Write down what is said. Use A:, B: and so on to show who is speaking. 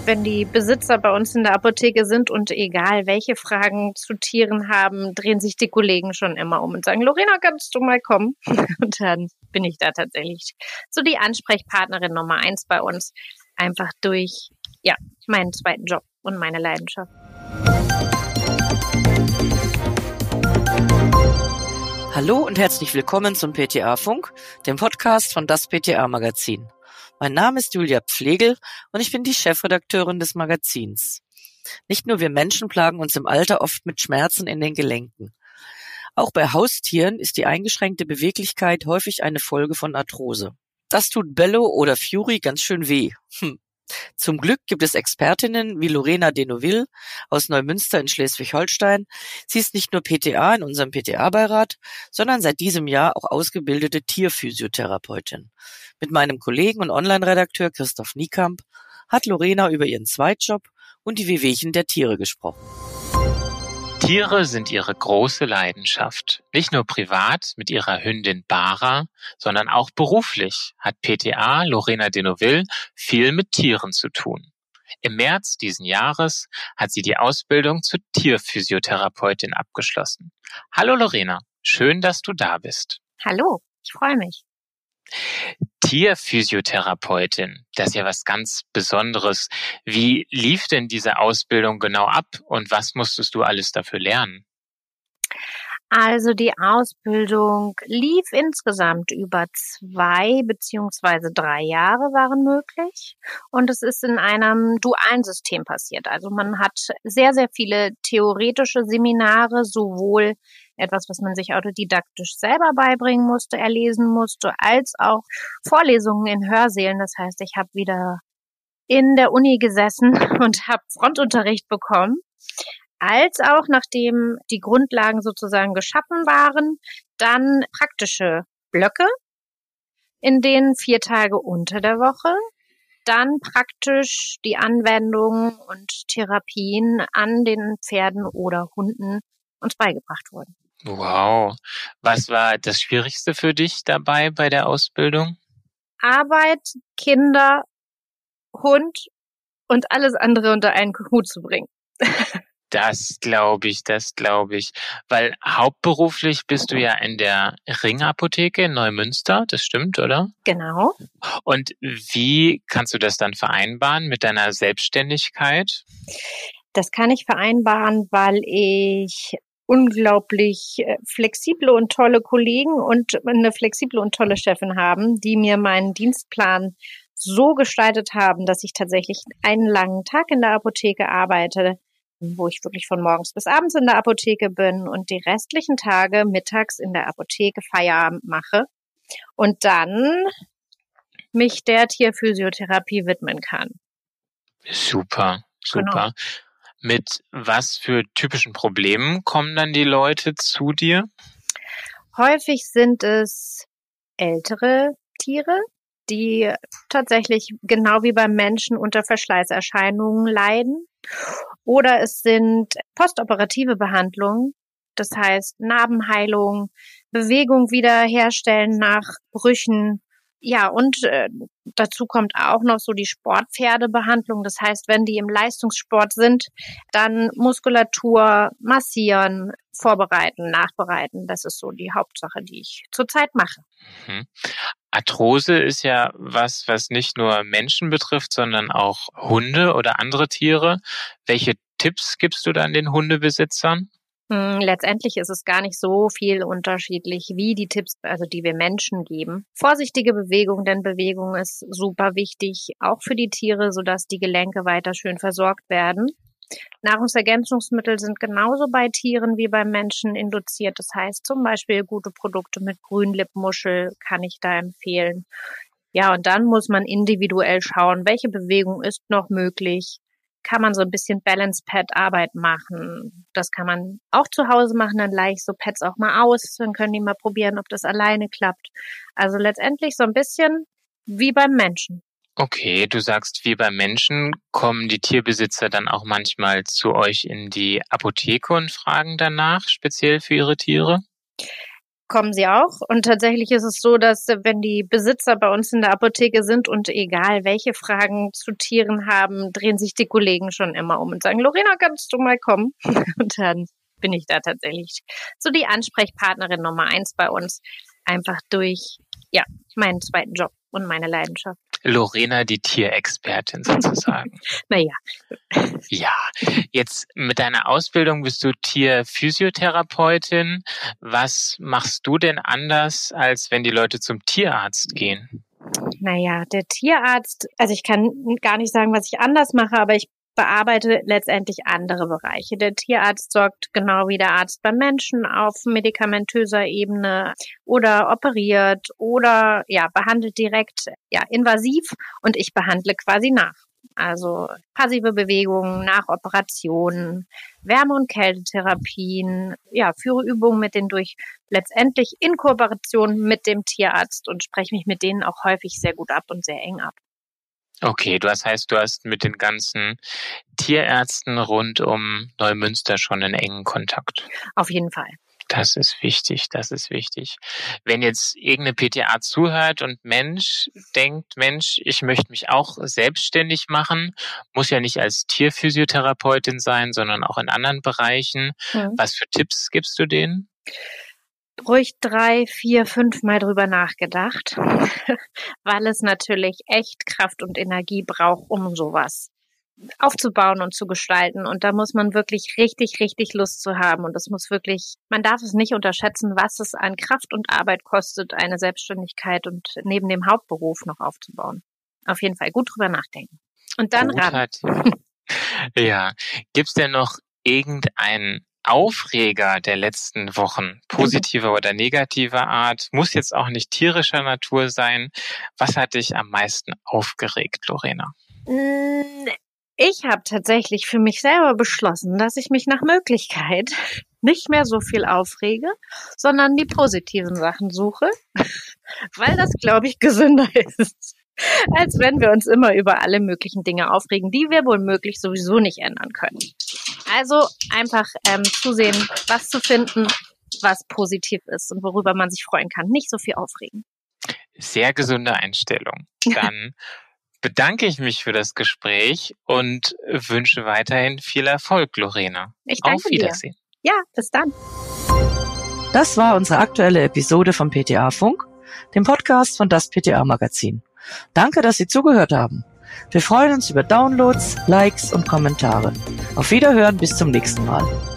A: wenn die Besitzer bei uns in der Apotheke sind und egal welche Fragen zu Tieren haben, drehen sich die Kollegen schon immer um und sagen, Lorena, kannst du mal kommen? Und dann bin ich da tatsächlich so die Ansprechpartnerin Nummer 1 bei uns, einfach durch meinen zweiten Job und meine Leidenschaft.
B: Hallo und herzlich willkommen zum PTA-Funk, dem Podcast von das PTA-Magazin. Mein Name ist Julia Pflegel und ich bin die Chefredakteurin des Magazins. Nicht nur wir Menschen plagen uns im Alter oft mit Schmerzen in den Gelenken. Auch bei Haustieren ist die eingeschränkte Beweglichkeit häufig eine Folge von Arthrose. Das tut Bello oder Fury ganz schön weh. Zum Glück gibt es Expertinnen wie Lorena de Neuville aus Neumünster in Schleswig-Holstein. Sie ist nicht nur PTA in unserem PTA-Beirat, sondern seit diesem Jahr auch ausgebildete Tierphysiotherapeutin. Mit meinem Kollegen und Online-Redakteur Christoph Niekamp hat Lorena über ihren Zweitjob und die Wehwehchen der Tiere gesprochen.
C: Tiere sind ihre große Leidenschaft. Nicht nur privat mit ihrer Hündin Bara, sondern auch beruflich hat PTA Lorena de Neuville viel mit Tieren zu tun. Im März diesen Jahres hat sie die Ausbildung zur Tierphysiotherapeutin abgeschlossen. Hallo Lorena, schön, dass du da bist.
A: Hallo, ich freue mich.
C: Tierphysiotherapeutin, das ist ja was ganz Besonderes. Wie lief denn diese Ausbildung genau ab und was musstest du alles dafür lernen?
A: Also die Ausbildung lief insgesamt über 2 beziehungsweise 3 Jahre waren möglich und es ist in einem dualen System passiert. Also man hat sehr, sehr viele theoretische Seminare, sowohl etwas, was man sich autodidaktisch selber beibringen musste, erlesen musste, als auch Vorlesungen in Hörsälen. Das heißt, ich habe wieder in der Uni gesessen und habe Frontunterricht bekommen. Als auch, nachdem die Grundlagen sozusagen geschaffen waren, dann praktische Blöcke, in denen 4 Tage unter der Woche dann praktisch die Anwendungen und Therapien an den Pferden oder Hunden uns beigebracht wurden.
C: Wow. Was war das Schwierigste für dich dabei bei der Ausbildung?
A: Arbeit, Kinder, Hund und alles andere unter einen Hut zu bringen.
C: Das glaube ich. Weil hauptberuflich bist du ja in der Ringapotheke in Neumünster, das stimmt, oder?
A: Genau.
C: Und wie kannst du das dann vereinbaren mit deiner Selbstständigkeit?
A: Das kann ich vereinbaren, weil ich unglaublich flexible und tolle Kollegen und eine flexible und tolle Chefin haben, die mir meinen Dienstplan so gestaltet haben, dass ich tatsächlich einen langen Tag in der Apotheke arbeite, wo ich wirklich von morgens bis abends in der Apotheke bin und die restlichen Tage mittags in der Apotheke Feierabend mache und dann mich der Tierphysiotherapie widmen kann.
C: Super.
A: Genau.
C: Mit was für typischen Problemen kommen dann die Leute zu dir?
A: Häufig sind es ältere Tiere, die tatsächlich genau wie beim Menschen unter Verschleißerscheinungen leiden. Oder es sind postoperative Behandlungen, das heißt Narbenheilung, Bewegung wiederherstellen nach Brüchen. Ja, und dazu kommt auch noch so die Sportpferdebehandlung. Das heißt, wenn die im Leistungssport sind, dann Muskulatur massieren, vorbereiten, nachbereiten. Das ist so die Hauptsache, die ich zurzeit mache.
C: Arthrose ist ja was nicht nur Menschen betrifft, sondern auch Hunde oder andere Tiere. Welche Tipps gibst du dann den Hundebesitzern?
A: Letztendlich ist es gar nicht so viel unterschiedlich wie die Tipps, also die wir Menschen geben. Vorsichtige Bewegung, denn Bewegung ist super wichtig, auch für die Tiere, sodass die Gelenke weiter schön versorgt werden. Nahrungsergänzungsmittel sind genauso bei Tieren wie beim Menschen induziert. Das heißt zum Beispiel gute Produkte mit Grünlippmuschel kann ich da empfehlen. Ja, und dann muss man individuell schauen, welche Bewegung ist noch möglich. Kann man so ein bisschen Balance-Pad-Arbeit machen. Das kann man auch zu Hause machen, dann leih ich so Pads auch mal aus, dann können die mal probieren, ob das alleine klappt. Also letztendlich so ein bisschen wie beim Menschen.
C: Okay, du sagst, wie beim Menschen, kommen die Tierbesitzer dann auch manchmal zu euch in die Apotheke und fragen danach, speziell für ihre Tiere?
A: kommen sie auch. Und tatsächlich ist es so, dass wenn die Besitzer bei uns in der Apotheke sind und egal welche Fragen zu Tieren haben, drehen sich die Kollegen schon immer um und sagen, Lorena, kannst du mal kommen? Und dann bin ich da tatsächlich so die Ansprechpartnerin Nummer 1 bei uns. Einfach durch, meinen zweiten Job und meine Leidenschaft.
C: Lorena, die Tierexpertin sozusagen.
A: Naja.
C: Ja, jetzt mit deiner Ausbildung bist du Tierphysiotherapeutin. Was machst du denn anders, als wenn die Leute zum Tierarzt gehen?
A: Naja, der Tierarzt, also ich kann gar nicht sagen, was ich anders mache, aber ich bearbeite letztendlich andere Bereiche. Der Tierarzt sorgt genau wie der Arzt beim Menschen auf medikamentöser Ebene oder operiert oder behandelt direkt invasiv und ich behandle quasi nach. Also passive Bewegungen nach Operationen, Wärme- und Kältetherapien, führe Übungen mit denen durch, letztendlich in Kooperation mit dem Tierarzt und spreche mich mit denen auch häufig sehr gut ab und sehr eng ab.
C: Okay, du hast mit den ganzen Tierärzten rund um Neumünster schon einen engen Kontakt.
A: Auf jeden Fall.
C: Das ist wichtig. Wenn jetzt irgendeine PTA zuhört und denkt, ich möchte mich auch selbstständig machen, muss ja nicht als Tierphysiotherapeutin sein, sondern auch in anderen Bereichen. Was für Tipps gibst du denen?
A: Ruhig 3, 4, 5 Mal drüber nachgedacht, weil es natürlich echt Kraft und Energie braucht, um sowas aufzubauen und zu gestalten. Und da muss man wirklich richtig, richtig Lust zu haben. Und das muss wirklich, man darf es nicht unterschätzen, was es an Kraft und Arbeit kostet, eine Selbstständigkeit und neben dem Hauptberuf noch aufzubauen. Auf jeden Fall gut drüber nachdenken. Und dann ran.
C: Ja, gibt's denn noch irgendeinen Aufreger der letzten Wochen, positiver oder negativer Art, muss jetzt auch nicht tierischer Natur sein. Was hat dich am meisten aufgeregt, Lorena?
A: Ich habe tatsächlich für mich selber beschlossen, dass ich mich nach Möglichkeit nicht mehr so viel aufrege, sondern die positiven Sachen suche, weil das, glaube ich, gesünder ist, als wenn wir uns immer über alle möglichen Dinge aufregen, die wir womöglich sowieso nicht ändern können. Also einfach zusehen, was zu finden, was positiv ist und worüber man sich freuen kann. Nicht so viel aufregen.
C: Sehr gesunde Einstellung. Dann bedanke ich mich für das Gespräch und wünsche weiterhin viel Erfolg, Lorena.
A: Ich danke
C: Auf Wiedersehen.
A: dir. Ja, bis dann.
B: Das war unsere aktuelle Episode vom PTA Funk, dem Podcast von das PTA Magazin. Danke, dass Sie zugehört haben. Wir freuen uns über Downloads, Likes und Kommentare. Auf Wiederhören, bis zum nächsten Mal.